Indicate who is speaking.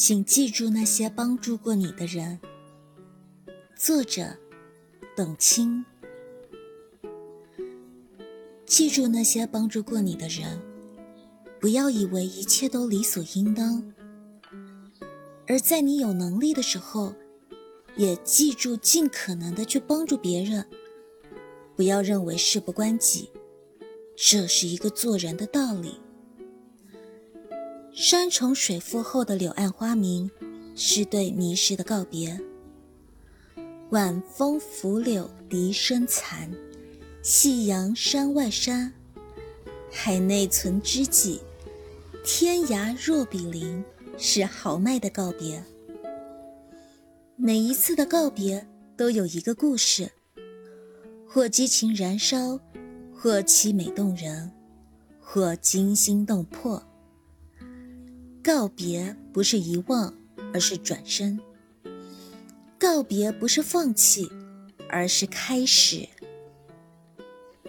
Speaker 1: 请记住那些帮助过你的人。作者董卿。记住那些帮助过你的人，不要以为一切都理所应当，而在你有能力的时候，也记住尽可能的去帮助别人，不要认为事不关己，这是一个做人的道理。山重水复后的柳暗花明，是对迷失的告别。晚风拂柳笛声残，夕阳山外山。海内存知己，天涯若比邻，是豪迈的告别。每一次的告别都有一个故事，或激情燃烧，或凄美动人，或惊心动魄。告别不是遗忘，而是转身。告别不是放弃，而是开始。